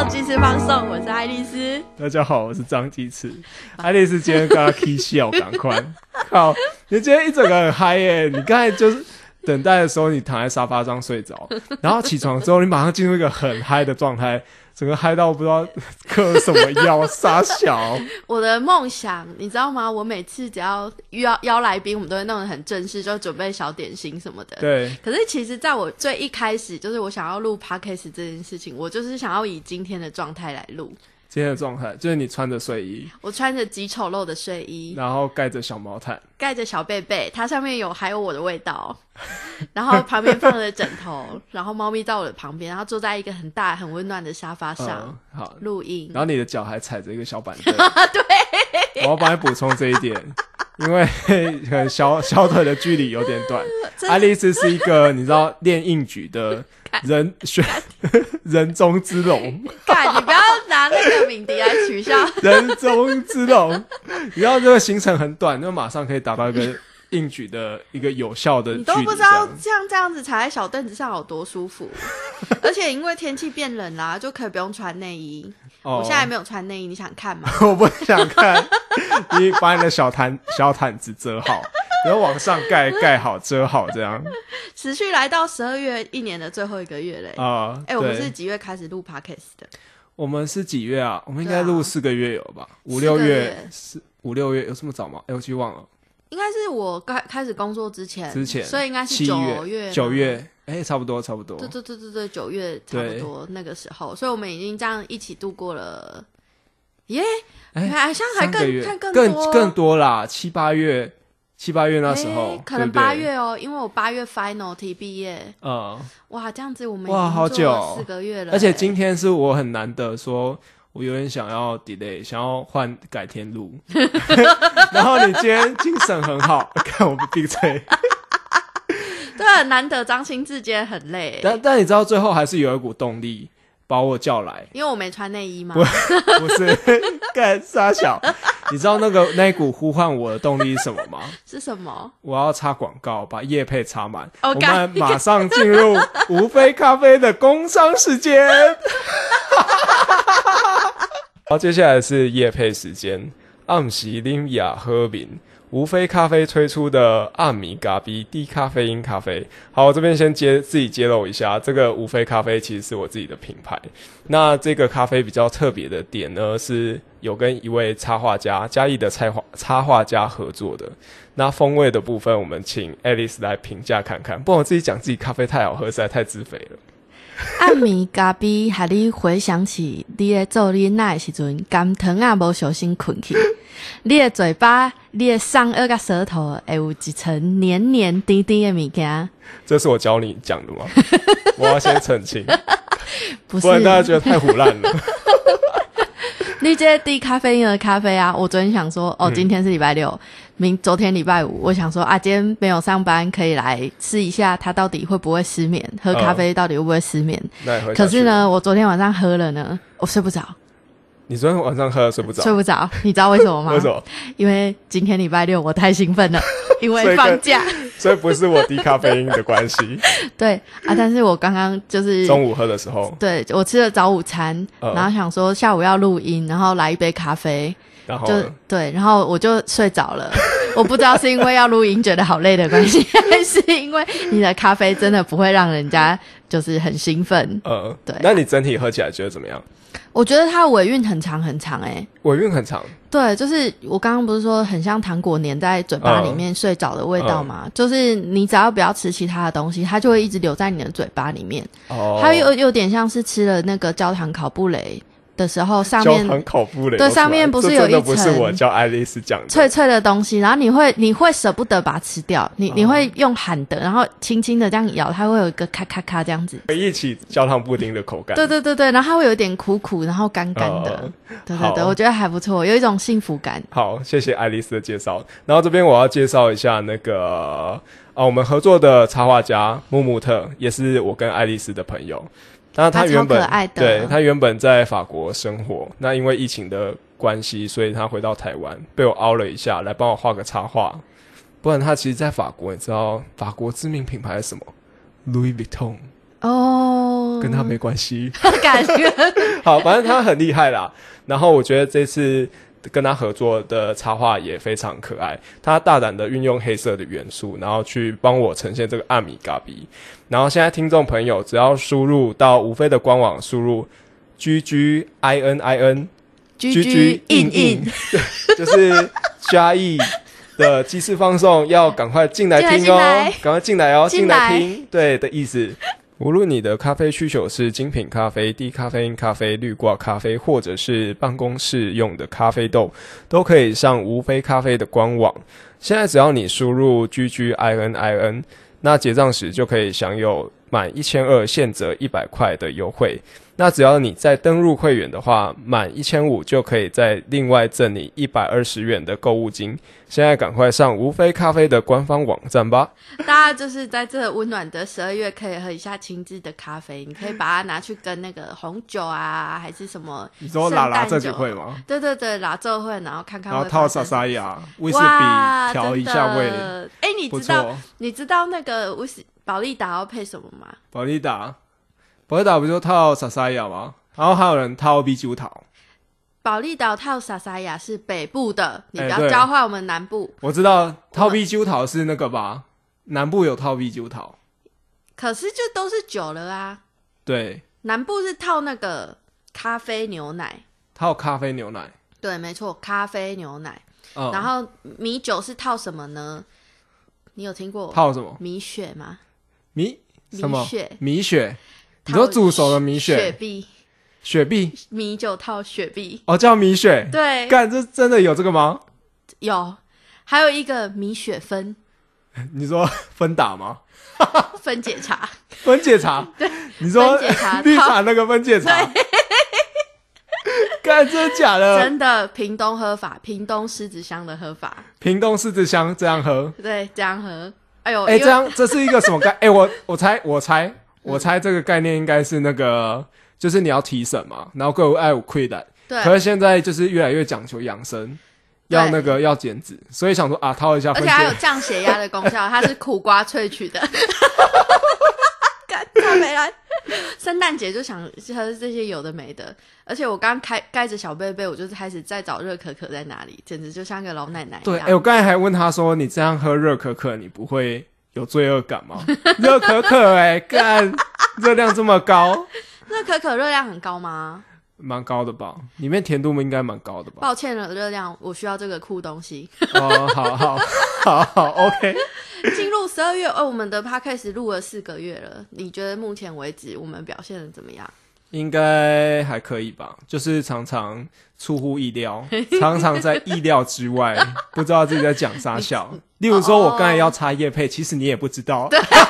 到鸡翅放送，我是爱丽丝。 大家好，我是张鸡翅。爱丽丝今天刚刚 K 笑，赶快！靠，你今天一整个很嗨耶！你刚才就是等待的时候，你躺在沙发上睡着，然后起床之后，你马上进入一个很嗨的状态，整个嗨到不知道嗑什么药，傻小。 我的梦想，你知道吗？我每次只要邀来宾，我们都会弄得很正式，就准备小点心什么的。 对。 可是其实在我最一开始，就是我想要录 podcast 这件事情，我就是想要以今天的状态来录。 今天的状态就是你穿着睡衣， 我穿着极丑陋的睡衣， 然后盖着小毛毯， 盖着小被被，它上面还有我的味道，然后旁边放着枕头，然后猫咪在我的旁边，然后坐在一个很大很温暖的沙发上， 好录音， 然后你的脚还踩着一个小板凳。 对， 我要帮你补充这一点，因为可能小腿的距离有点短。爱丽丝是一个你知道练硬举的人中之龙。 干，你不要拿那个敏迪来取笑人中之龙。你知道这个行程很短，就马上可以达到一个硬举的一个有效的距离。 你都不知道像这样子踩在小凳子上有多舒服。而且因为天气变冷啦，就可以不用穿内衣。我现在没有穿内衣，你想看吗？ 我不想看。你把你的小毯子折好，然后往上盖好遮好，这样持续来到12月一年的最后一个月嘞。我们是几月开始录 podcast 的？ 我们是几月啊？我们应该录4个月有吧？5、6月，5、6月有这么早吗？我其实忘了。 应该是我开始工作之前，所以应该是9月。 差不多。 对，9月差不多那个时候，所以我们已经这样一起度过了，好像还更多啦，7、8月那时候， 可能8月哦，因为我8月 final 题毕业。哇，这样子我们已经好久 4个月了。 而且今天是我很难得说，我有点想要 delay， 想要换改天录。然后你今天精神很好，看我们闭嘴。 对，很难得张心志今天很累， 但你知道最后还是有一股动力把我叫来， 因为我没穿内衣吗？ 不是，干傻小。你知道那一股呼唤我的动力是什么吗？ 是什么？ 我要插广告，把业配插满。 我们马上进入无非咖啡的工商时间。好，接下来是业配时间。暗时啉也好眠，无非咖啡推出的暗米咖啡低咖啡因咖啡。好，我这边先自己揭露一下，这个无非咖啡其实是我自己的品牌。那这个咖啡比较特别的点呢，是有跟一位插画家，嘉义的插画家合作的。那风味的部分，我们请 Alice 来评价看看。不然我自己讲自己咖啡太好喝，实在太自肥了。 暗米咖啡害你回想起你在做你奶的时阵，甘糖啊无小心困去，你的嘴巴、你的上颚甲舌头会有一层黏黏甜甜的物件。 这是我教你讲的吗？我要先澄清， 不然大家觉得太唬烂了。 你这低咖啡因的咖啡啊，我昨天想说，今天是礼拜六，昨天礼拜五，我想说啊，今天没有上班，可以来试一下它到底会不会失眠，喝咖啡到底会不会失眠。可是呢，我昨天晚上喝了呢，我睡不着。 你昨天晚上喝了睡不着？ 睡不着，你知道为什么吗？ 为什么？ 因为今天礼拜六我太兴奋了，因为放假。 所以不是我低咖啡因的关系。 对啊，但是我刚刚就是中午喝的时候，对， 我吃了早午餐，然后想说下午要录音，然后来一杯咖啡， 然后对，然后我就睡着了。我不知道是因为要录音觉得好累的关系，还是因为你的咖啡真的不会让人家就是很兴奋。对。 那你整体喝起来觉得怎么样？ 我觉得它尾韵很长尾韵很长。 对，就是我刚刚不是说很像糖果粘在嘴巴里面睡着的味道吗？就是你只要不要吃其他的东西，它就会一直留在你的嘴巴里面。它有点像是吃了那个焦糖烤布雷的时候，上面焦糖烤布雷， 对，上面不是有一层， 不是我叫爱丽丝讲的脆脆的东西，然后你会舍不得把它吃掉，你会用喊的，然后轻轻的这样咬，它会有一个咔咔咔这样子， 回忆起焦糖布丁的口感。 对，然后它会有点苦苦，然后干干的。对，我觉得还不错，有一种幸福感。 好，谢谢爱丽丝的介绍。然后这边我要介绍一下那个我们合作的插画家木木特，也是我跟爱丽丝的朋友。那他原本超可爱的， 对，他原本在法国生活，那因为疫情的关系，所以他回到台湾，被我凹了一下，来帮我画个插画。不然他其实在法国，你知道法国知名品牌是什么？ Louis Vuitton。 跟他没关系。 感觉好，反正他很厉害啦。然后我觉得这次跟他合作的插画也非常可爱，他大胆的运用黑色的元素，然后去帮我呈现这个阿米嘎比。然后现在听众朋友只要输入到无非的官网，输入 GGININ GG 印印， 就是嘉义的鸡翅放送，要赶快进来听哦，赶快进来哦，进来听，对的意思。无论你的咖啡需求是精品咖啡、低咖啡因咖啡、绿挂咖啡，或者是办公室用的咖啡豆，都可以上无非咖啡的官网。现在只要你输入 GGININ， 那结账时就可以享有满1200现折100块的优惠。那只要你再登入会员的话，满1500就可以再另外赠你120元的购物金。现在赶快上无非咖啡的官方网站吧！ 大家就是在这温暖的12月，可以喝一下清致的咖啡。你可以把它拿去跟那个红酒啊，还是什么？ 你说拉这就会吗？ 对对对，拉这会，然后看看会。 然后套沙沙雅威士比调一下味。 哎，你知道那个保利达要配什么吗？ 保利达不就套沙沙雅吗？然后还有人套啤酒桃。 保利达套萨萨亚是北部的，你不要教坏我们南部。 我知道套啤酒桃是那个吧，南部有套啤酒桃， 可是就都是酒了啊。 对， 南部是套那个咖啡牛奶， 套咖啡牛奶。 对，没错，咖啡牛奶。然后米酒是套什么呢？你有听过套什么？ 米血吗？ 什么？ 米血？ 米血？你说煮熟的米血？ 雪碧。 雪碧米酒套雪碧哦，叫米雪。 对， 干，这真的有这个吗？ 有，还有一个米雪芬。 你说芬达吗？ 分解茶， 分解茶。 对， 你说分解茶绿茶那个分解茶。干，真的假的？ 真的，屏东喝法，屏东狮子乡的喝法， 屏东狮子乡这样喝。 对，这样喝。哎呦， 这样这是一个什么概？我猜这个概念应该是那个。就是你要提神嘛，然后各有爱有亏的， 对。 可是现在就是越来越讲求养生，要那个要减脂，所以想说啊，套一下分解， 而且还有降血压的功效，它是苦瓜萃取的。干没来，圣诞节就想喝这些有的没的，而且我刚盖着小贝贝，我就开始在找热可可在哪里，简直就像个老奶奶一样。 对，我刚才还问他说，你这样喝热可可，你不会有罪恶感吗？热可可，干，热量这么高。 热可可热量很高吗？ 蛮高的吧，里面甜度应该蛮高的吧。 抱歉了，热量，我需要这个酷东西。 哦，好 ，OK。 进入12月，我们的 Podcast 录了4个月了，你觉得目前为止我们表现的怎么样？ 应该还可以吧，就是常常出乎意料，常常在意料之外，不知道自己在讲啥小。例如说，我刚才要插业配，其实你也不知道。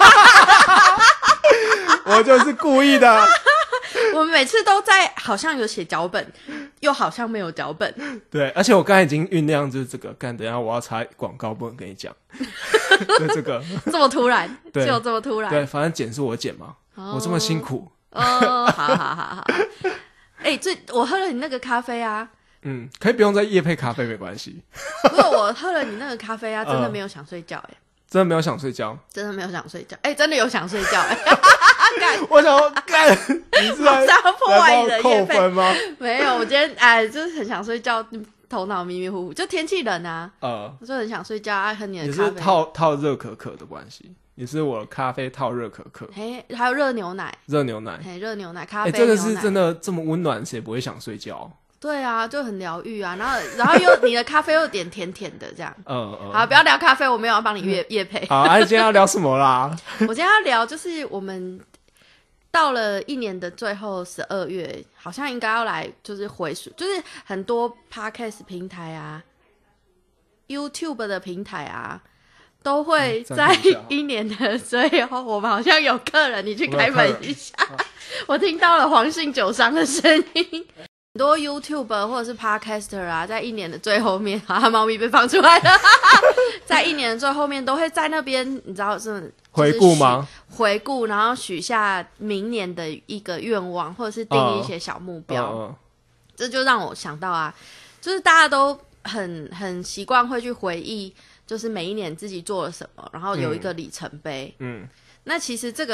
我就是故意的。 我们每次都在好像有写脚本，又好像没有脚本。 对，而且我刚才已经酝酿就是这个，等一下我要插广告，不能跟你讲。就这个这么突然， 对， 就这么突然。 对，反正剪是我剪嘛，我这么辛苦。 好。我喝了你那个咖啡啊。 可以不用再业配咖啡没关系。 不过我喝了你那个咖啡啊，真的没有想睡觉真的没有想睡觉， 真的没有想睡觉，真的有想睡觉我想说干，你是在破坏你的扣分吗？ 没有，我今天就是很想睡觉，头脑迷迷糊糊，就天气冷啊，我就很想睡觉，爱喝你的咖啡。 也是套热可可的关系，也是我的咖啡套热可可， 还有热牛奶， 热牛奶， 咖啡， 这个是真的这么温暖，谁不会想睡觉？ 对啊，就很疗愈啊，然后又你的咖啡又点甜甜的这样。好，不要聊咖啡，我没有要帮你业配。 好，今天要聊什么啦？ 我今天要聊就是我们到了一年的最后12月，好像应该要来就是回溯，就是很多 podcast 平台啊 YouTube 的平台啊都会在一年的最后，我们好像有客人，你去开门一下。我听到了黄姓酒商的声音。很多 YouTuber 或者是 Podcaster 啊，在一年的最后面，猫咪被放出来了，在一年的最后面都会在那边，你知道是回顾吗？ 回顾，然后许下明年的一个愿望，或者是定一些小目标。这就让我想到啊，就是大家都很习惯会去回忆，就是每一年自己做了什么，然后有一个里程碑。那其实这个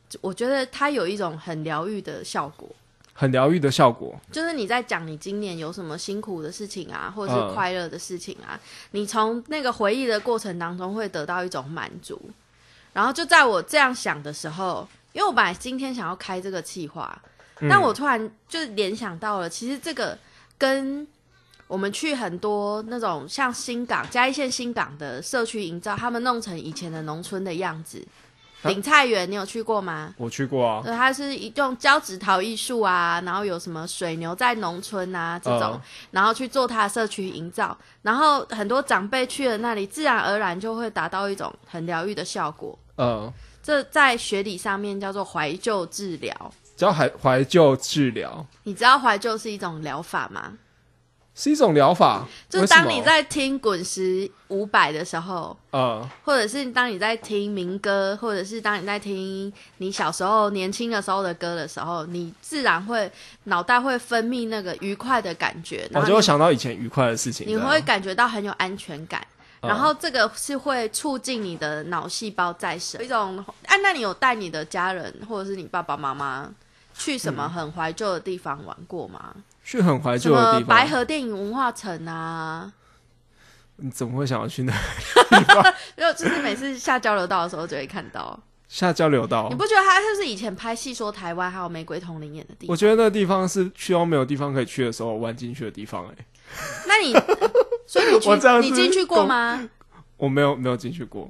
我觉得它有一种很疗愈的效果。 很疗愈的效果， 就是你在讲你今年有什么辛苦的事情啊，或者是快乐的事情啊，你从那个回忆的过程当中会得到一种满足。然后就在我这样想的时候，因为我本来今天想要开这个企划，但我突然就联想到了，其实这个跟我们去很多那种像新港嘉义县新港的社区营造，他们弄成以前的农村的样子。顶菜园你有去过吗？ 我去过啊。 对，它是用胶纸陶艺术啊，然后有什么水牛在农村啊这种，然后去做它的社区营造，然后很多长辈去了那里，自然而然就会达到一种很疗愈的效果。这在学理上面叫做怀旧治疗， 叫怀旧治疗。 你知道怀旧是一种疗法吗？ 是一种疗法， 就是当你在听滚石500的时候，或者是当你在听民歌，或者是当你在听你小时候年轻的时候的歌的时候，你自然会脑袋会分泌那个愉快的感觉，然后就会想到以前愉快的事情， 你会感觉到很有安全感。然后这个是会促进你的脑细胞再生，一种那你有带你的家人或者是你爸爸妈妈去什么很怀旧的地方玩过吗？ 去很怀旧的地方，什么白河电影文化城啊？ 你怎么会想要去那地方？ 就是每次下交流道的时候就会看到。 下交流道， 你不觉得它就是以前拍戏说台湾还有玫瑰童林演的地方？ 我觉得那个地方是去到没有地方可以去的时候玩进去的地方。 那你所以你进去过吗？ 我没有进去过。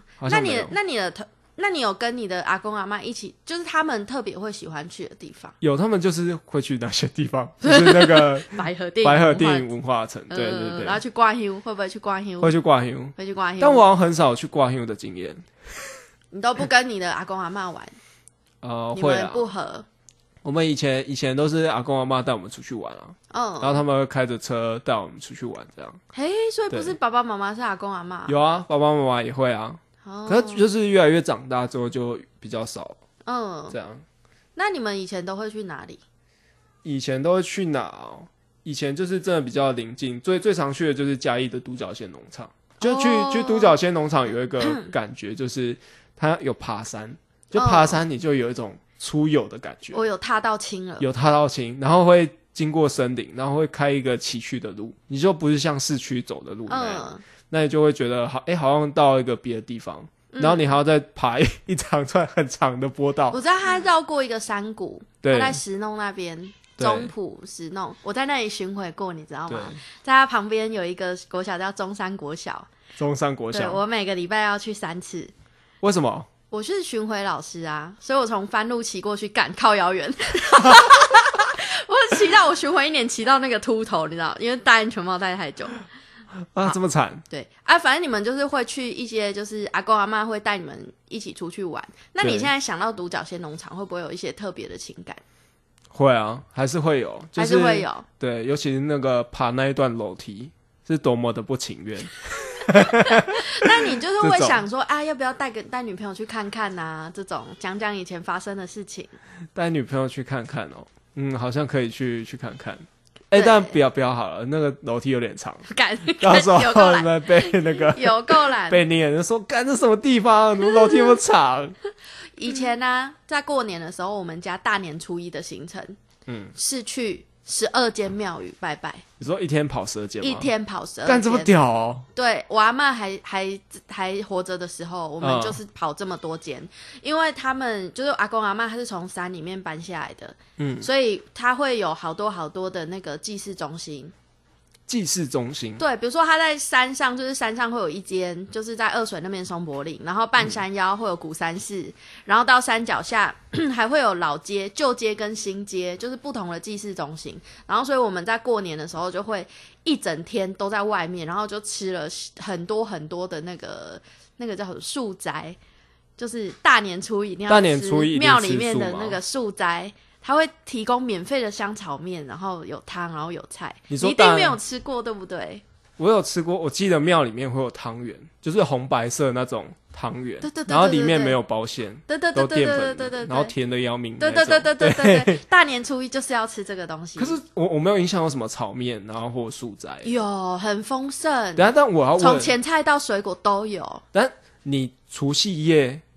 那你有跟你的阿公阿嬷一起，就是他们特别会喜欢去的地方？ 有，他们就是会去那些地方，就是那个白河电影文化城，对对对。 然后去挂香，会不会去挂香？ 会去挂香， 会去挂香。 但我好像很少去挂香的经验。 你都不跟你的阿公阿嬷玩？你们不合？ 我们以前都是阿公阿嬷带我们出去玩啊，然后他们会开着车带我们出去玩，这样。 所以不是爸爸妈妈，是阿公阿嬷？ 有啊，爸爸妈妈也会啊。可是就是越来越长大之后就比较少，这样。 那你们以前都会去哪里？ 以前都会去哪？以前就是真的比较临近，最常去的就是嘉义的独角仙农场。就去独角仙农场有一个感觉，就是它有爬山，就爬山你就有一种出游的感觉。 我有踏到青了， 有踏到青，然后会经过森林，然后会开一个崎岖的路，你就不是像市区走的路那样。那你就会觉得好像到一个别的地方，然后你还要再爬一长串很长的坡道。 我知道他绕过一个山谷，他在石弄那边，中埔石弄，我在那里巡回过，你知道吗？在他旁边有一个国小叫中山国小，对，我每个礼拜要去3次。 为什么？ 我是巡回老师啊，所以我从番路骑过去，靠遥远。我骑到我巡回1年骑到那个秃头，你知道，因为戴安全帽戴太久。 这么惨？ 对啊，反正你们就是会去一些，就是阿公阿嬷会带你们一起出去玩。那你现在想到独角仙农场，会不会有一些特别的情感？ 会啊，还是会有， 还是会有。 对，尤其是那个爬那一段楼梯，是多么的不情愿。 那你就是会想说要不要带女朋友去看看啊？这种讲以前发生的事情。带女朋友去看看哦，好像可以去看看。但不要好了，那个楼梯有点长，到时候你们被那个有够懒， 被你人说干这什么地方，怎么楼梯那么长？ 以前呢，在过年的时候，我们家大年初一的行程，是去12间庙宇拜拜。你说一天跑12间吗？ 一天跑12间， 干这么屌哦！ 对，我阿嬷还活着的时候，我们就是跑这么多间，因为他们就是阿公阿嬷，他是从山里面搬下来的，所以他会有好多的那个祭祀中心。对，比如说他在山上，就是山上会有一间，就是在二水那边松柏岭，然后半山腰会有古山寺，然后到山脚下还会有老街、旧街跟新街，就是不同的祭祀中心。然后所以我们在过年的时候就会一整天都在外面，然后就吃了很多的那个叫什么素斋，就是大年初一一定要吃庙里面的那个素斋。他会提供免费的香炒面，然后有汤，然后有菜。你一定没有吃过，对不对？ 我有吃过，我记得庙里面会有汤圆，就是红白色那种汤圆， 对， 然后里面没有包馅， 对， 都淀粉，然后甜的要命， 对，大年初一就是要吃这个东西。 可是我没有印象有什么炒面，然后或素斋， 有很丰盛。 但我要问， 从前菜到水果都有。 但你除夕夜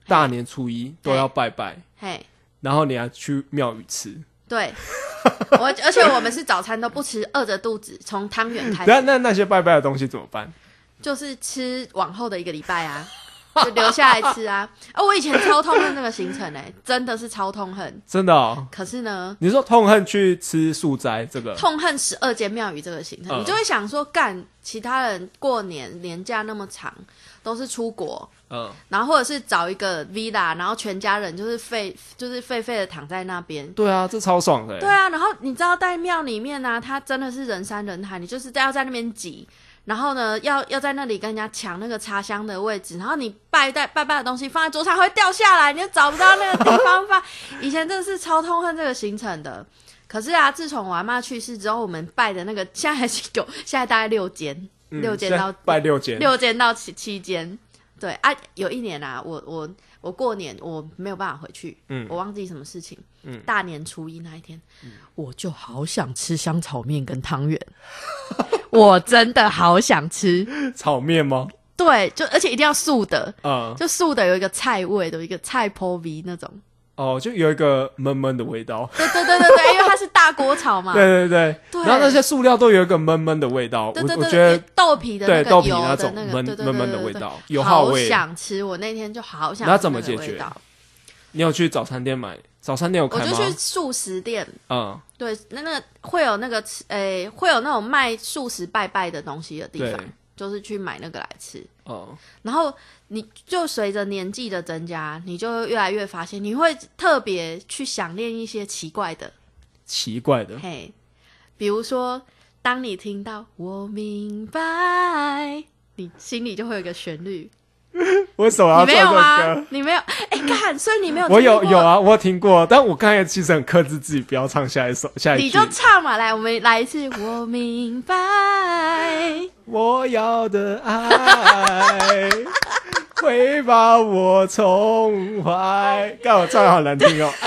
大年初一都要拜拜， 嘿， 然后你还去庙宇吃。 对，而且我们是早餐都不吃，饿着肚子，从汤圆开始。 那些拜拜的东西怎么办？ 就是吃往后的一个礼拜啊，就留下来吃啊。我以前超痛恨那个行程真的是超痛恨， 真的哦。 可是呢， 你说痛恨去吃素斋这个， 痛恨12间庙宇这个行程，你就会想说，干其他人过年假那么长，都是出国，然后或者是找一个 villa， 然后全家人就是废的躺在那边。 对啊，这超爽的。 对啊，然后你知道在庙里面啊，它真的是人山人海，你就是要在那边挤。然后呢，要在那里跟人家抢那个插香的位置，然后你拜的东西放在桌上会掉下来，你就找不到那个地方放。以前真的是超痛恨这个行程的。可是啊，自从我阿嬷去世之后，我们拜的那个现在还是有，现在大概6间，6间到拜6间 ，6间到7间。对啊，有一年啊，我过年我没有办法回去，我忘记什么事情，大年初一那一天，我就好想吃香炒面跟汤圆，我真的好想吃炒面吗？ 对，就而且一定要素的，就素的有一个菜味的，有一个菜泡味那种。 就有一个闷闷的味道。 对，因为它是大锅炒嘛。 对，然后那些塑料都有一个闷闷的味道。 对， 我觉得豆皮的那个豆皮油那种的那个闷闷的味道，油耗味。 好想吃，我那天就好想吃。 那怎么解决？你有去早餐店买？早餐店有开吗？ 我就去素食店。对，那个会有那个会有那种卖素食拜拜的东西的地方，就是去买那个来吃。然后你就随着年纪的增加，你就越来越发现，你会特别去想念一些奇怪的，嘿，比如说，当你听到“我明白”，你心里就会有一个旋律。 为什么要唱这首歌？ 你没有？看，所以你没有听过。 我有啊，我有听过，但我刚才其实很克制自己不要唱下一句。 你就唱嘛，来，我们来一次。我明白， 我要的爱会把我宠坏。刚我唱得好难听哦。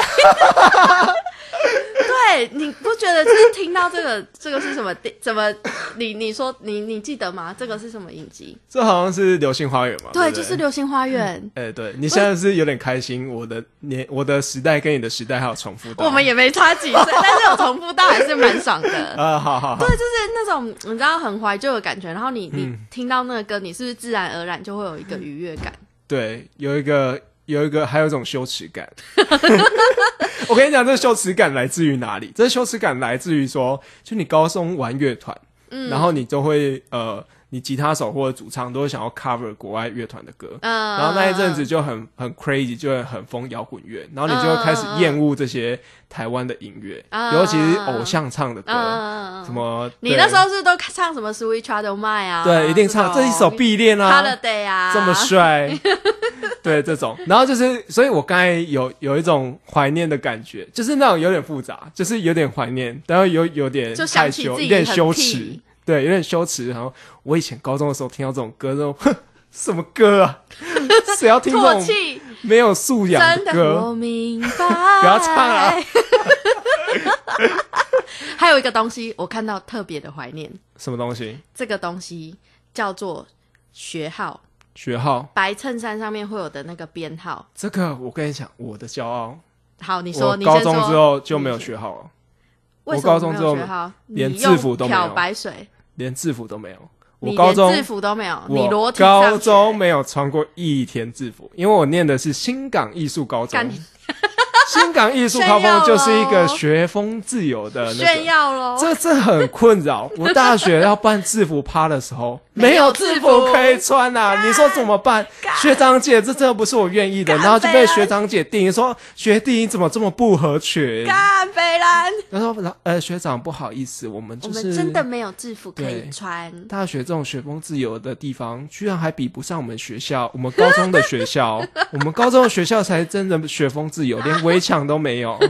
对，你不觉得就是听到这个是什么？怎么你说你记得吗？这个是什么影集？ 这好像是《流星花园》嘛？ 对，就是《流星花园》。 对，你现在是有点开心，我的时代跟你的时代还有重复到， 我们也没差几岁，但是有重复到还是蛮爽的。 好， 对，就是那种你知道很怀旧的感觉，然后你听到那个歌，你是不是自然而然就会有一个愉悦感？ 对，有一个还有一种羞耻感。我跟你讲，这羞耻感来自于哪里？这羞耻感来自于说，就你高中玩乐团，然后你就会你吉他手或者主唱都会想要 cover 国外乐团的歌，然后那一阵子就很 crazy， 就会很疯摇滚乐，然后你就会开始厌恶这些台湾的音乐，尤其是偶像唱的歌，什么你那时候是都唱什么 Sweet Child O' Mine 啊？ 对，一定唱，这一首必练啊 ，Holiday 啊， 这么帅。对，这种，然后就是，所以我刚才有一种怀念的感觉，就是那种有点复杂，就是有点怀念，然后有点害羞，有点羞耻，对，有点羞耻。然后我以前高中的时候听到这种歌，这种什么歌啊？谁要听这种没有素养的歌？ 我明白。 不要唱了。 还有一个东西，我看到特别的怀念。 什么东西？ 这个东西叫做学号。 学号， 白衬衫上面会有的那个编号。 这个我跟你讲，我的骄傲。 好，你说， 我高中之后就没有学号了。 为什么没有学号？ 连制服都没有。 漂白水， 连制服都没有。 我高中制服都没有。你裸体高中没有穿过一天制服，因为我念的是新港艺术高中。新港艺术高中就是一个学风自由的那个炫耀咯， 这很困扰。我大学要办制服趴的时候，没有制服可以穿啊！你说怎么办？学长姐，这真的不是我愿意的，然后就被学长姐定说学弟你怎么这么不合群？ 干北兰， 他说学长不好意思，我们真的没有制服可以穿。 大学这种学风自由的地方，居然还比不上我们学校，我们高中的学校，我们高中的学校才真的学风自由，连围墙都没有。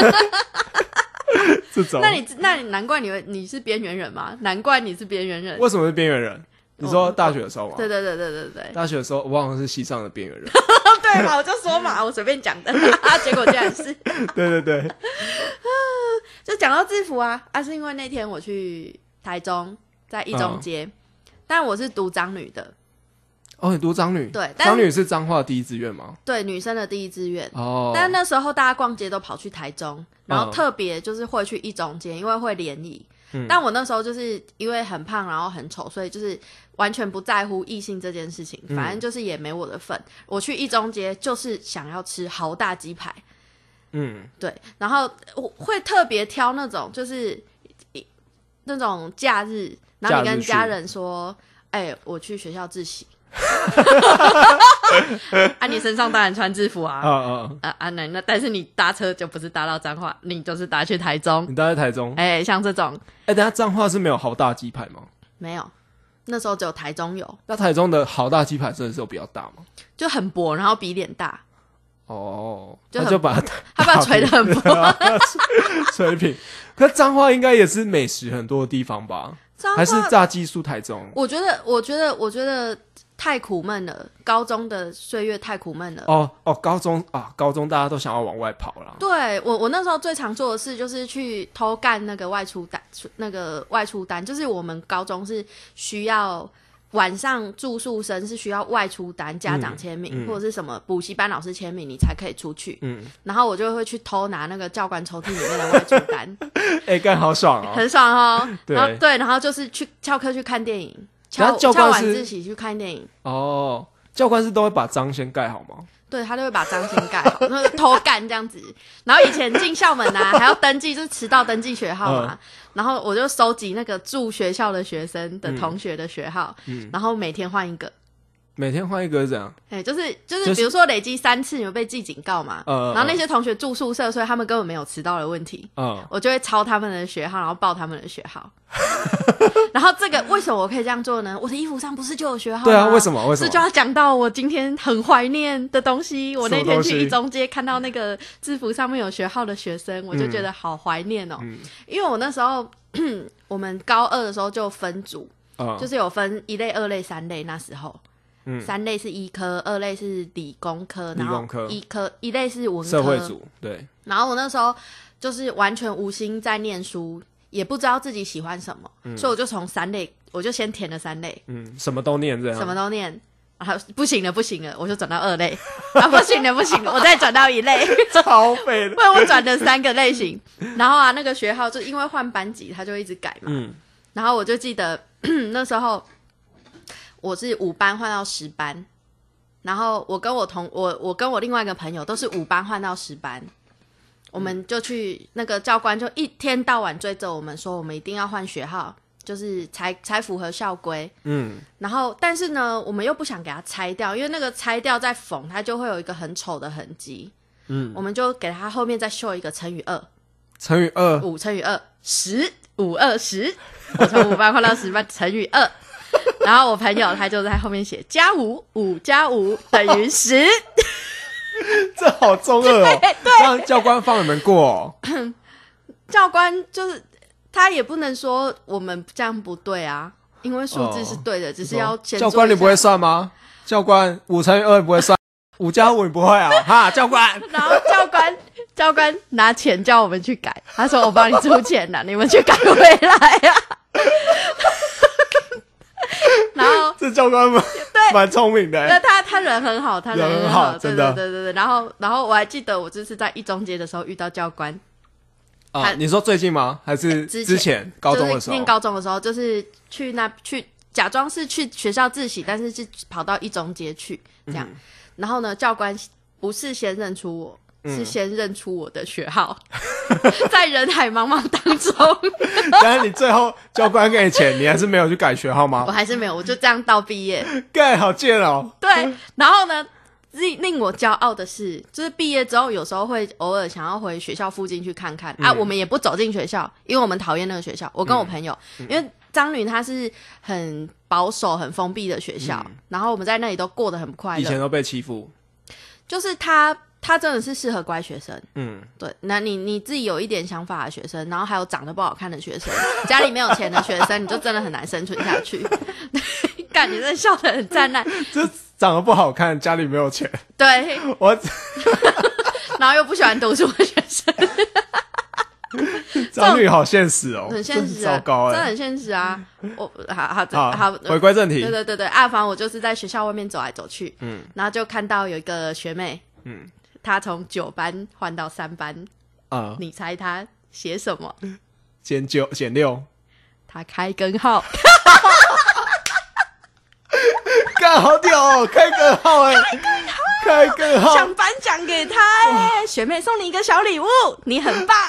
这种， 那你难怪你是边缘人吗？难怪你是边缘人。 为什么是边缘人？你说大学的时候吗？ 对。 大学的时候，我好像是系上的边缘人。 对嘛，我就说嘛，我随便讲的，结果竟然是。 对。 就讲到制服啊，是因为那天我去台中，在一中街，但我是读彰女的。 哦，你读彰女？ 对， 彰女是彰化第一志愿吗？ 对，女生的第一志愿。 哦， 但那时候大家逛街都跑去台中，然后特别就是会去一中街，因为会联谊。但我那时候就是因为很胖，然后很丑，所以就是完全不在乎异性这件事情，反正就是也没我的份。我去一中街就是想要吃豪大鸡排，对，然后我会特别挑那种就是那种假日，然后你跟家人说，我去学校自习。你身上当然穿制服啊，那但是你搭车就不是搭到彰化，你就是搭去台中， 你搭在台中， 像这种， 等一下彰化是没有豪大鸡排吗？ 没有，那时候只有台中有。 那台中的豪大鸡排真的是有比较大吗？ 就很薄，然后比脸大。 哦， 就把他把它捶得很薄， 捶平。可是彰化应该也是美食很多的地方吧？还是炸鸡宿台中？ 我觉得太苦闷了，高中的岁月太苦闷了。 高中大家都想要往外跑啦。 对，我那时候最常做的事就是去偷干那个外出单，就是我们高中是需要晚上住宿生是需要外出单，家长签名、或者是什么补习班老师签名，你才可以出去。然后我就会去偷拿那个教官抽屉里面的外出单。 干好爽哦， 很爽哦。 对， 然后就是去翘课去看电影。 教官晚自习去看电影。 教官是都会把章先盖好吗？ 对，他都会把章先盖好，偷干这样子。然后以前进校门还要登记，就是迟到登记学号嘛。然后我就收集那个住学校的学生的同学的学号，然后每天换一个。 每天换一个是怎样？ 就是比如说累积3次，你会被记警告嘛。然后那些同学住宿舍，所以他们根本没有迟到的问题。我就会抄他们的学号，然后报他们的学号。然后这个为什么我可以这样做呢？我的衣服上不是就有学号吗？ 对啊，为什么？ 这就要讲到我今天很怀念的东西。我那天去一中街看到那个制服上面有学号的学生，我就觉得好怀念哦。因为我那时候我们高2的时候就分组，就是有分1类、2类、3类。那时候3类是医科，2类是理工科，然后1类是文科社会组。对， 然后我那时候就是完全无心在念书，也不知道自己喜欢什么，所以我就从3类，我就先填了3类， 什么都念这样， 什么都念。不行了，我就转到2类。不行了，我再转到1类， 超废的。 不然我转了3个类型。然后那个学号就因为换班级，他就一直改嘛。然后我就记得那时候我是5班换到10班，然后我跟我另外一个朋友都是5班换到10班。我们就去那个教官就一天到晚追着我们说，我们一定要换学号，就是才符合校规。然后但是呢，我们又不想给它拆掉，因为那个拆掉再缝，它就会有一个很丑的痕迹。我们就给它后面再绣一个乘以2， 乘以2 ，5乘以2，10，5、2、10。我从5班换到10班乘以2。然后我朋友他就在后面写加5，5加5等于10。 这好中二哦！让教官放你们过哦。 教官就是他也不能说我们这样不对啊，因为数字是对的，只是要先教官你不会算吗？教官5乘以2你不会算，5加5你不会啊？哈，教官。 然后教官拿钱叫我们去改，他说我帮你出钱了，你们去改回来啊。然后这教官蛮聪明的。 那他人很好，他人很好， 真的。 对。然后我还记得我这次在一中街的时候遇到教官。 你说最近吗？还是之前高中的时候？ 就是念高中的时候，就是去假装是去学校自习，但是是跑到一中街去这样。然后呢，教官不是先认出我，是先认出我的学号。在人海茫茫当中。 但是你最后教官给你钱，你还是没有去改学号吗？ 我还是没有，我就这样到毕业。 干，好贱哦。 对，然后呢，令我骄傲的是，就是毕业之后有时候会偶尔想要回学校附近去看看我们也不走进学校，因为我们讨厌那个学校。我跟我朋友，因为彰女它是很保守很封闭的学校，然后我们在那里都过得很不快乐， 以前都被欺负。 就是他真的是适合乖学生。对，那你自己有一点想法的学生，然后还有长得不好看的学生，家里没有钱的学生，你就真的很难生存下去。干，你真的笑得很灿烂。 就长得不好看，家里没有钱。 对，然后又不喜欢读书的学生。 张律好现实哦， 很现实、啊， 糟糕真的很现实啊！我好， 回归正题。 对，反正我就是在学校外面走来走去，然后就看到有一个学妹，她从9班换到3班，你猜她写什么？ 减9减6， 她开根号。 干好屌哦，开根号哎，开根号， 想颁奖给她哎，学妹送你一个小礼物，你很棒。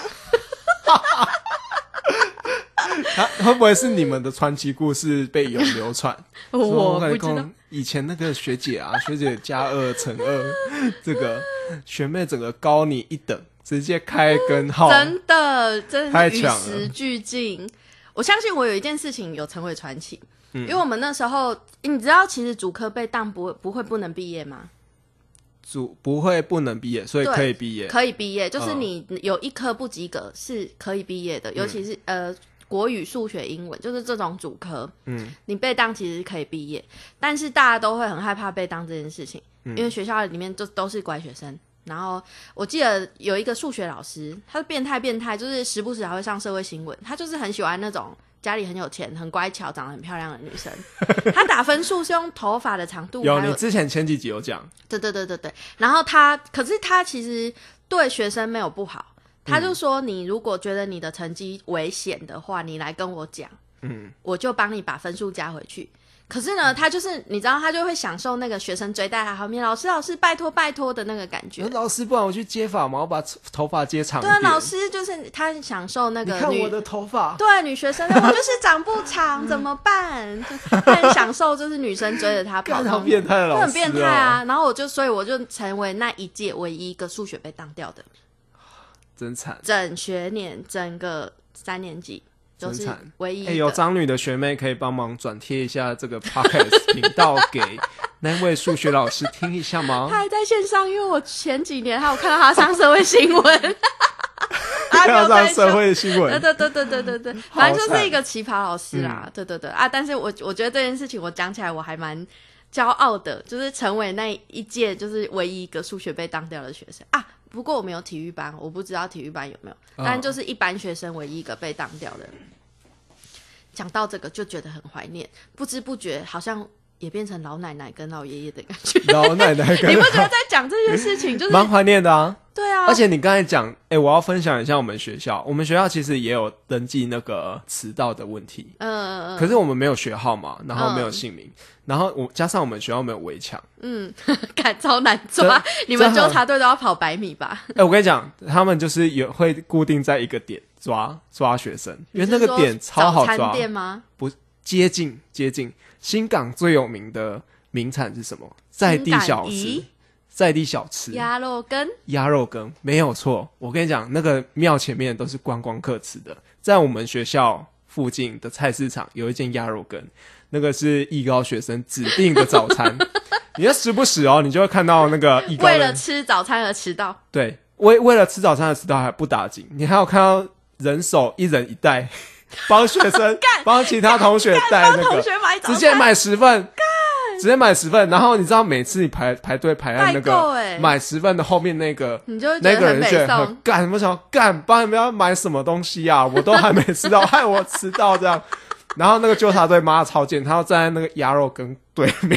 会不会是你们的传奇故事被有流传？ 我不知道。 以前那个学姐啊，学姐加2乘2，这个学妹整个高你1等，直接开根号， 真的是与太强了时俱进。我相信我有一件事情有成为传奇，因为我们那时候你知道，其实主科被当不会不能毕业吗？ 不会不能毕业，所以可以毕业， 可以毕业，就是你有一科不及格是可以毕业的，尤其是国语、数学、英文，就是这种主科，你被当其实是可以毕业，但是大家都会很害怕被当这件事情，因为学校里面就都是乖学生。然后我记得有一个数学老师，他是变态，就是时不时还会上社会新闻，他就是很喜欢那种家里很有钱、很乖巧、长得很漂亮的女生。他打分数是用头发的长度， 有你之前前几集有讲， 对。然后可是他其实对学生没有不好，他就说你如果觉得你的成绩危险的话，你来跟我讲，我就帮你把分数加回去。可是呢，他就是你知道，他就会享受那个学生追在他后面，老师，拜托的那个感觉。 老师，不然我去接发嘛，我把头发接长一点。 对，老师就是他享受那个你看我的头发， 对女学生，我就是长不长，怎么办？他很享受，就是女生追着他跑， 好变态的老师， 很变态啊。然后所以我就成为那一届唯一一个数学被当掉的， 真惨。 整学年整个3年级。就是唯一一个有张女的学妹可以帮忙转贴一下这个 podcast 频道给那位数学老师听一下吗？ 他还在线上，因为我前几年还有看到他上社会新闻。 看到上社会新闻， 对，反正就是一个奇葩老师啦。对啊，但是我觉得这件事情我讲起来我还蛮骄傲的，就是成为那一届就是唯一一个数学被当掉的学生啊。不过我们有体育班，我不知道体育班有没有，但就是一般学生唯一一个被当掉的。讲到这个就觉得很怀念，不知不觉好像也变成老奶奶跟老爷爷的感觉。 老奶奶跟你不觉得在讲这件事情就是蛮怀念的啊？ 对啊， 而且你刚才讲，我要分享一下我们学校其实也有登记那个迟到的问题，可是我们没有学号码，然后没有姓名，然后加上我们学校没有围墙， 感超难抓，你们纠察队都要跑100米吧？ 我跟你讲，他们就是会固定在一个点抓学生，因为那个点超好抓。 早餐店吗？ 不，接近。新港最有名的名产是什么？在地小吃， 鸭肉羹没有错。我跟你讲，那个庙前面都是观光客吃的，在我们学校附近的菜市场有一间鸭肉羹，那个是艺高学生指定的早餐。你要时不时你就会看到那个艺高为了吃早餐而迟到。 对，为了吃早餐而迟到还不打紧，你还有看到人手一人一袋，帮学生帮其他同学带那个，直接买10份。直接买10份，然后你知道每次你排队排在那个买10份的后面那个， 你就会那个人觉得很干，我想干帮你们要买什么东西啊？我都还没吃到，害我迟到这样。然后那个纠察队妈超贱，他要站在那个鸭肉羹对面，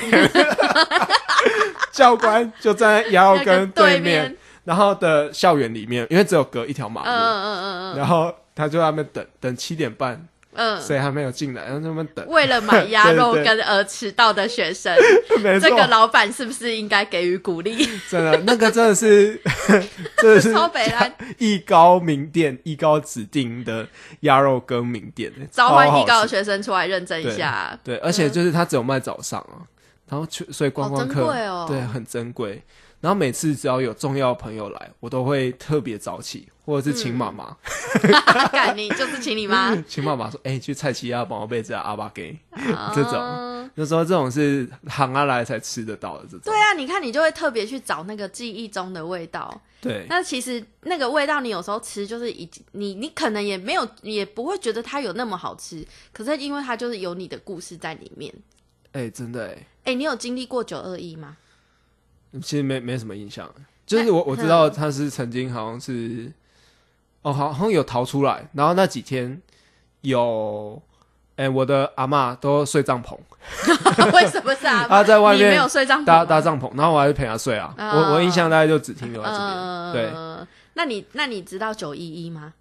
教官就站在鸭肉羹对面，然后的校园里面，因为只有隔一条马路，然后他就在那边等7点半。谁还没有进来，然后他们等。 为了买鸭肉羹而迟到的学生，这个老板是不是应该给予鼓励？ 真的，那个真的是超北蓝艺高名店、艺高指定的鸭肉羹名店， 召唤艺高的学生出来认证一下。 对，而且就是他只有卖早上啊，然后所以观光客对很珍贵。然后每次只要有重要朋友来，我都会特别早起，或者是请妈妈。 干你就是请你妈， 请妈妈说：“去菜市啊，帮我备这阿巴给。”这种，就说这种是行啊来才吃得到的这种。 对啊，你看你就会特别去找那个记忆中的味道。 对， 那其实那个味道，你有时候吃就是你可能也没有，也不会觉得它有那么好吃，可是因为它就是有你的故事在里面。 真的你有经历过921吗？ 其实没什么印象，就是我知道他是曾经好像是好像有逃出来，然后那几天有，我的阿嬷都睡帐篷。 为什么是阿嬷？ 她在外面你没有睡帐篷搭帐篷，然后我还是陪她睡啊。我印象大概就只停留在这边。对， 那你知道911吗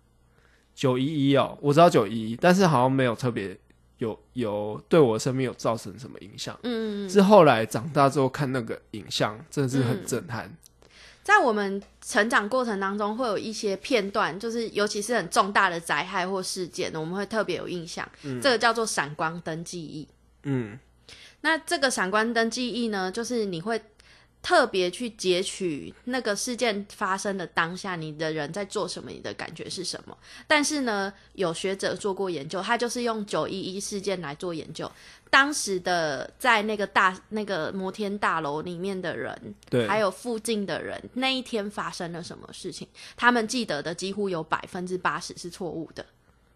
？911哦，我知道911，但是好像没有特别有对我的生命有造成什么影响。是后来长大之后看那个影像，真的是很震撼。 在我们成长过程当中，会有一些片段，就是尤其是很重大的灾害或事件，我们会特别有印象。这个叫做闪光灯记忆。那这个闪光灯记忆呢，就是你会特别去截取那个事件发生的当下，你的人在做什么，你的感觉是什么。但是呢，有学者做过研究，他就是用911事件来做研究。当时的在那个摩天大楼里面的人，对，还有附近的人，那一天发生了什么事情，他们记得的几乎有80%是错误的。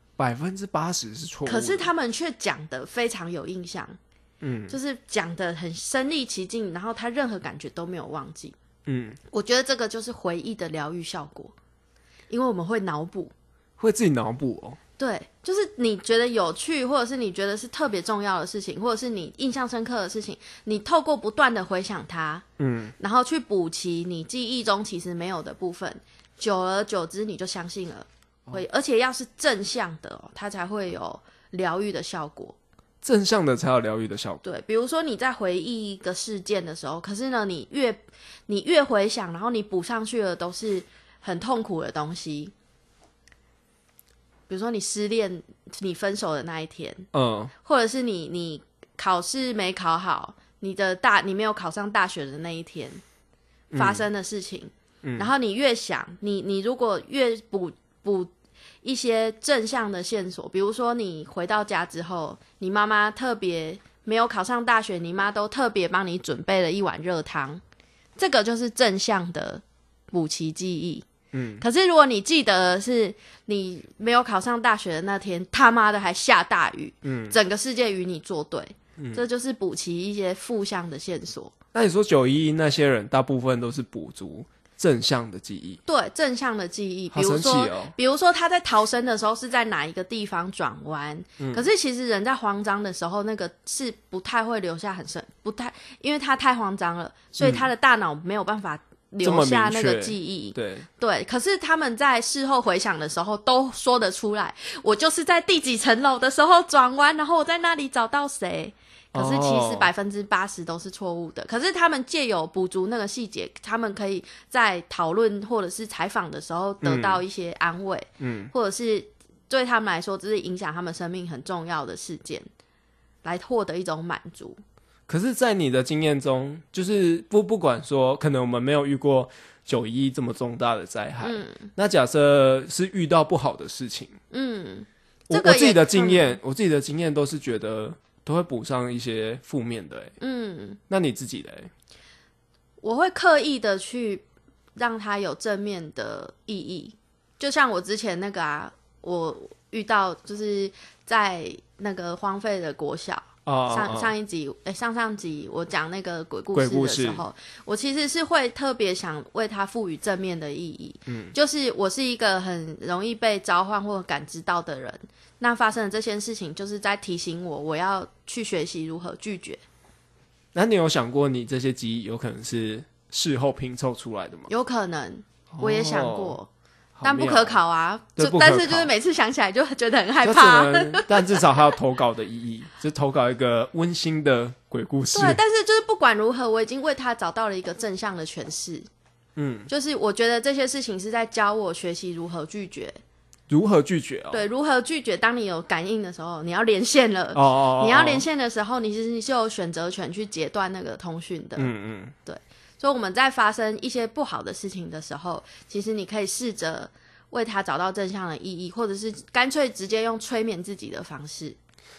80%是错误的， 可是他们却讲得非常有印象。就是讲得很身临其境，然后他任何感觉都没有忘记。我觉得这个就是回忆的疗愈效果，因为我们会脑补， 会自己脑补哦。 对，就是你觉得有趣，或者是你觉得是特别重要的事情，或者是你印象深刻的事情，你透过不断的回想它，然后去补齐你记忆中其实没有的部分，久而久之你就相信了，而且要是正向的它才会有疗愈的效果。 正向的才有疗愈的效果。 对，比如说你在回忆一个事件的时候，可是呢，你越回想，然后你补上去的都是很痛苦的东西。比如说你失恋，你分手的那一天，或者是你考试没考好，你没有考上大学的那一天发生的事情，然后你越想，你如果越补一些正向的线索，比如说你回到家之后，你妈妈特别没有考上大学，你妈都特别帮你准备了一碗热汤，这个就是正向的补齐记忆。可是如果你记得的是你没有考上大学的那天，他妈的还下大雨，整个世界与你作对，这就是补齐一些负向的线索。 那你说911那些人大部分都是补足正向的记忆？对， 正向的记忆， 好神奇哦。 比如说他在逃生的时候是在哪一个地方转弯，可是其实人在慌张的时候，那个是不太会留下因为他太慌张了，所以他的大脑没有办法留下那个记忆。对，可是他们在事后回想的时候都说得出来，我就是在第几层楼的时候转弯，然后我在那里找到谁。可是其实80%都是错误的。可是他们借由补足那个细节，他们可以在讨论或者是采访的时候得到一些安慰，或者是对他们来说这是影响他们生命很重要的事件，来获得一种满足。 可是在你的经验中，就是不管说可能我们没有遇过911这么重大的灾害，那假设是遇到不好的事情，我自己的经验都是觉得都会补上一些负面的。那你自己的我会刻意的去让它有正面的意义。就像我之前那个我遇到就是在那个荒废的国小，上集我讲那个鬼故事的时候，我其实是会特别想为它赋予正面的意义。就是我是一个很容易被召唤或感知到的人，那发生的这件事情就是在提醒我要去学习如何拒绝。 那你有想过你这些记忆有可能是事后拼凑出来的吗？ 有可能，我也想过，但不可考啊。但是就是每次想起来就觉得很害怕。 但至少还有投稿的意义，就投稿一个温馨的鬼故事。 对，但是就是不管如何，我已经为他找到了一个正向的诠释。就是我觉得这些事情是在教我学习如何拒绝。 如何拒绝哦？ 对，如何拒绝。当你有感应的时候，你要连线了。你要连线的时候，你其实你是有选择权去截断那个通讯的。对。所以我们在发生一些不好的事情的时候，其实你可以试着为它找到正向的意义，或者是干脆直接用催眠自己的方式。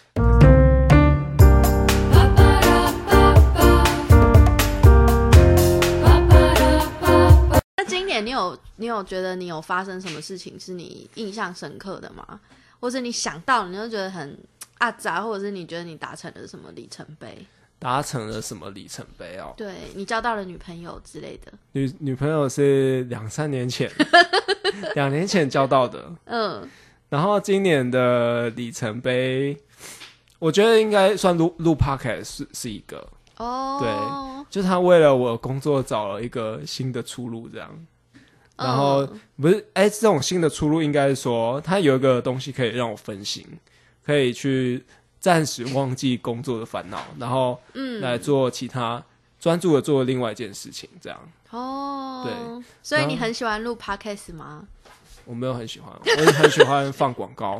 那今年你有觉得你有发生什么事情是你印象深刻的吗？或是你想到你就觉得很杂，或者是你觉得你达成了什么里程碑？ 达成了什么里程碑哦？ 对，你交到了女朋友之类的。 女朋友是2-3年前2年前交到的。然后今年的里程碑我觉得应该算录 podcast 是一个对，就是他为了我的工作找了一个新的出路这样。然后不是这种新的出路应该是说他有一个东西可以让我分心，可以去暂时忘记工作的烦恼，然后来做其他专注的做另外一件事情这样。对， 所以你很喜欢录 podcast 吗？ 我没有很喜欢，我很喜欢放广告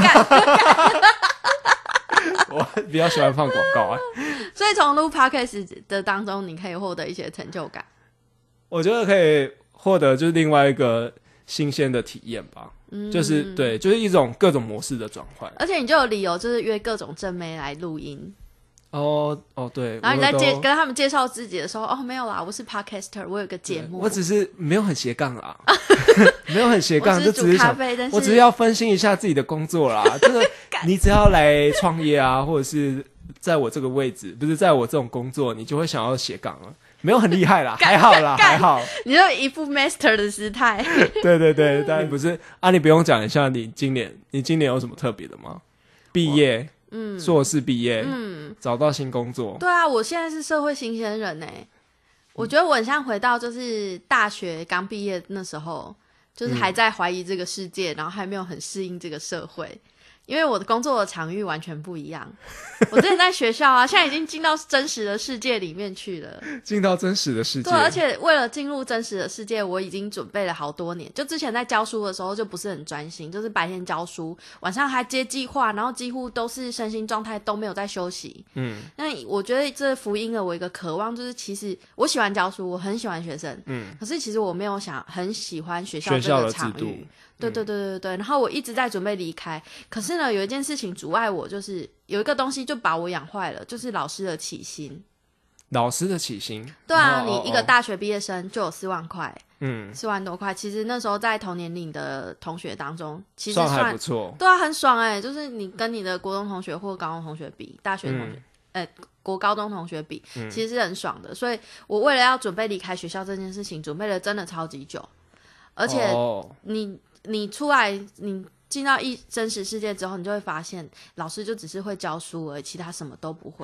我比较喜欢放广告所以从录 podcast 的当中你可以获得一些成就感。 我觉得可以获得就是另外一个新鲜的体验吧。就是对，就是一种各种模式的转换， 而且你就有理由就是约各种正妹来录音。 对， 然后你在跟他们介绍自己的时候，没有啦，我是 podcaster， 我有个节目， 我只是没有很斜杠啦没有很斜杠， 就只是想我只是要分析一下自己的工作啦这个你只要来创业啊，或者是在我这个位置，不是在我这种工作，你就会想要斜杠了。没有很厉害啦还好啦还好， 你就一副 master 的姿态对，但不是啊。你不用讲一下你今年有什么特别的吗？毕业硕士毕业找到新工作。 对啊，我现在是社会新鲜人我觉得我很像回到就是大学刚毕业那时候，就是还在怀疑这个世界，然后还没有很适应这个社会。因为我的工作的场域完全不一样我之前在学校啊现在已经进到真实的世界里面去了。 进到真实的世界。 对，而且为了进入真实的世界我已经准备了好多年。就之前在教书的时候就不是很专心，就是白天教书，晚上还接计划，然后几乎都是身心状态都没有在休息。那我觉得这福音了我一个渴望，就是其实我喜欢教书，我很喜欢学生，可是其实我没有很喜欢学校这个场域。对，然后我一直在准备离开，可是呢有一件事情阻碍我，就是有一个东西就把我养坏了，就是老师的起薪。 老师的起薪？ 对啊，你一个大学毕业生就有4万块，4万多块，其实那时候在同年龄的同学当中其实算还不错。 对啊，很爽就是你跟你的国中同学或高中同学比，大学同学国高中同学比，其实是很爽的。所以我为了要准备离开学校这件事情准备了真的超级久，而且你出来你进到真实世界之后，你就会发现老师就只是会教书而已，其他什么都不会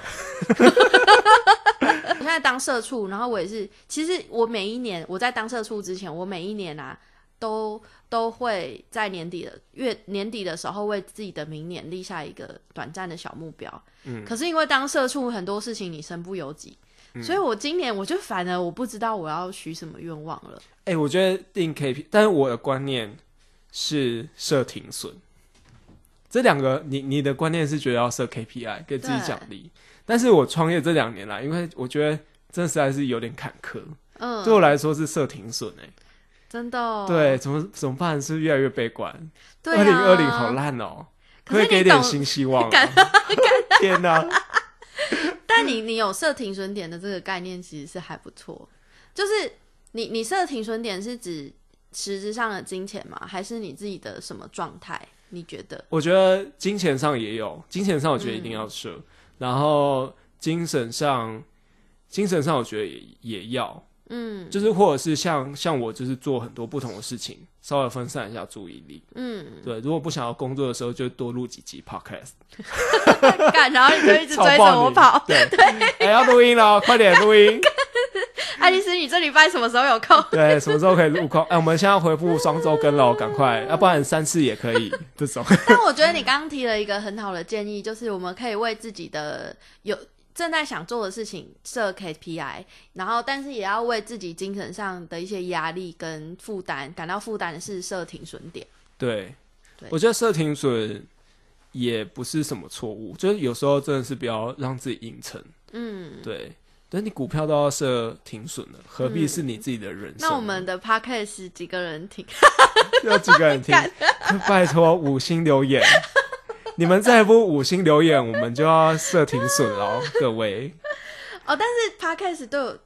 我现在当社畜，然后我也是，其实我每一年我在当社畜之前，我每一年都会在年底的时候为自己的明年立下一个短暂的小目标。可是因为当社畜很多事情你身不由己，所以我今年我就反而我不知道我要许什么愿望了。 我觉得定 KPI， 但是我的观念是设停损。这两个你的观念是觉得要设 KPI 给自己奖励，但是我创业这2年来，因为我觉得真的实在是有点坎坷，对我来说是设停损真的对，怎么办？是越来越悲观。 对啊 ，2020好烂可以给点新希望天哪但你有设停损点的这个概念其实是还不错。就是你设停损点是指实质上的金钱吗？还是你自己的什么状态？你觉得？我觉得金钱上也有，金钱上我觉得一定要设，然后精神上我觉得也要，就是或者是像我就是做很多不同的事情，稍微分散一下注意力，对，如果不想要工作的时候，就多录几集 podcast， 然后你就一直追着我跑， 对，要录音了，快点录音。 爱丽丝，你这礼拜什么时候有空？ 对，什么时候可以录空？我们现在要回复双周更了，赶快，要不然3次也可以这种。 但我觉得你刚刚提了一个很好的建议，就是我们可以为自己的正在想做的事情设 KPI， 然后但是也要为自己精神上的一些压力跟负担感到负担的是设停损点。 对，我觉得设停损也不是什么错误，就是有时候真的是不要让自己硬撑。对。但你股票都要设停损了，何必是你自己的人生？ 那我们的 podcast 几个人听？ 有几个人听？拜托5星留言，你们再不5星留言，我们就要设停损了，各位。 但是 podcast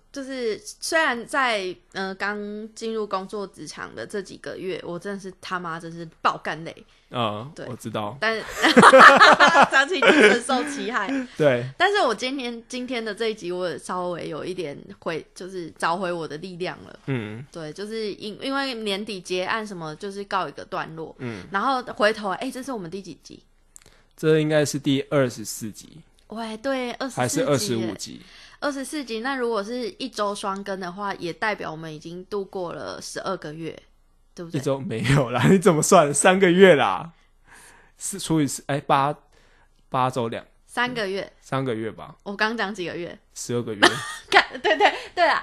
就是虽然在刚进入工作职场的这几个月，我真的是他妈真是爆干累。对， 我知道， 但是长期深受其害。 对， 但是我今天的这一集，我稍微有一点就是找回我的力量了。对，就是因为年底结案什么，就是告一个段落。然后回头，这是我们第几集？ 这应该是第24集。 喂，对，24集还是25集 ？24集。那如果是一周双更的话，也代表我们已经度过了12个月。对不对？ 一周没有啦，你怎么算？3个月啦，除以8周 3个月 ，3个月吧。 我刚讲几个月 ？12个月。 对啊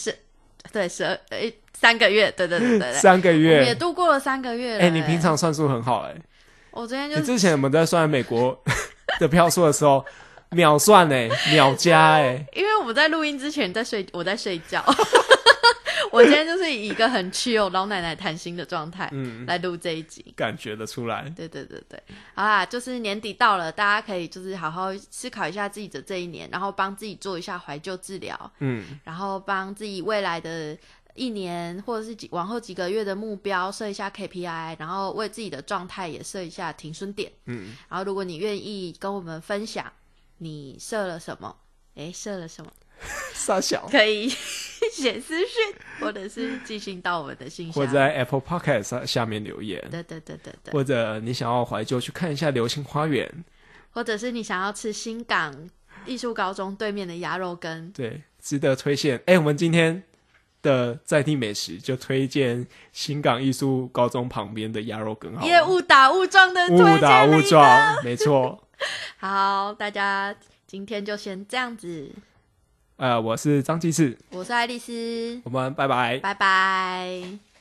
，3个月，对 ，3个月， 我们也度过了3个月了。 你平常算数很好我昨天你之前我们在算美国的票数的时候，秒算秒加因为我们在录音之前我在睡觉。我今天就是以一个很 chill 老奶奶谈心的状态来录这一集， 感觉得出来。 对，好啦，就是年底到了，大家可以就是好好思考一下自己的这一年，然后帮自己做一下怀旧治疗，然后帮自己未来的1年或者是往后几个月的目标设一下 KPI， 然后为自己的状态也设一下停损点。然后如果你愿意跟我们分享你设了什么，设了什么？ 傻小可以写私讯，或者是寄信到我们的信箱， 或者在 Apple Podcast 下面留言。 对， 或者你想要怀旧去看一下流星花园， 或者是你想要吃新港艺术高中对面的鸭肉羹， 对，值得推荐。我们今天的在地美食就推荐新港艺术高中旁边的鸭肉羹好了， 误打误撞的推荐了一个，误打误撞， 没错。 好，大家今天就先这样子。 我是张继次， 我是爱丽丝， 我们拜拜， 拜拜。